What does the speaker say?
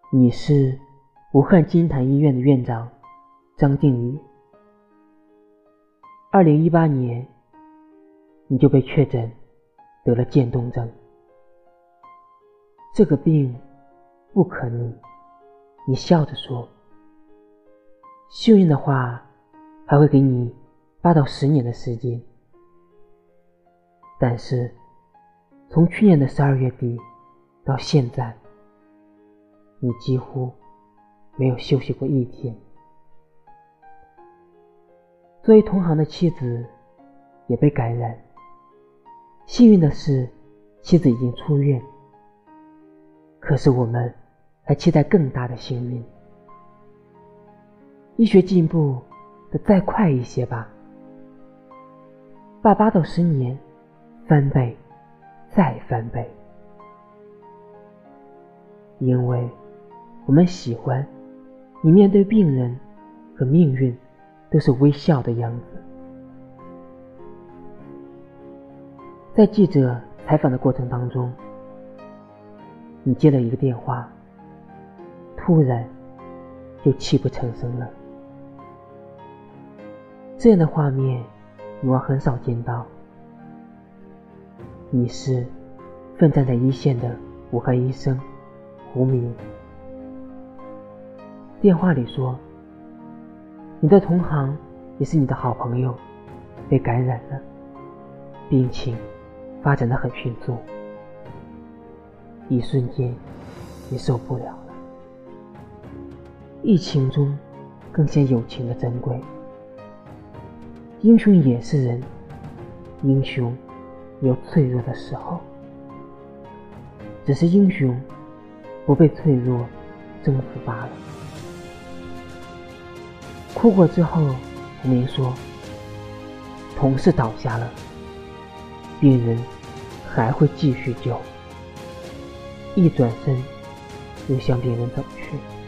你是武汉金坛医院的院长张定宇。2018年，你就被确诊得了渐冻症。这个病不可逆，你笑着说。幸运的话，还会给你8到10年的时间。但是，从去年的12月底到现在，你几乎没有休息过一天。作为同行的妻子也被感染，幸运的是妻子已经出院，可是我们还期待更大的幸运。医学进步得再快一些吧，把8到10年翻倍再翻倍，因为我们喜欢你面对病人和命运都是微笑的样子。在记者采访的过程当中，你接了一个电话，突然就泣不成声了。这样的画面我很少见到。你是奋战在一线的武汉医生胡明。电话里说，你的同行也是你的好朋友被感染了，病情发展得很迅速，一瞬间你受不了了。疫情中更显友情的珍贵。英雄也是人，英雄有脆弱的时候，只是英雄不被脆弱征服罢了。哭过之后，胡明说，同事倒下了，病人还会继续救。一转身又向病人走去。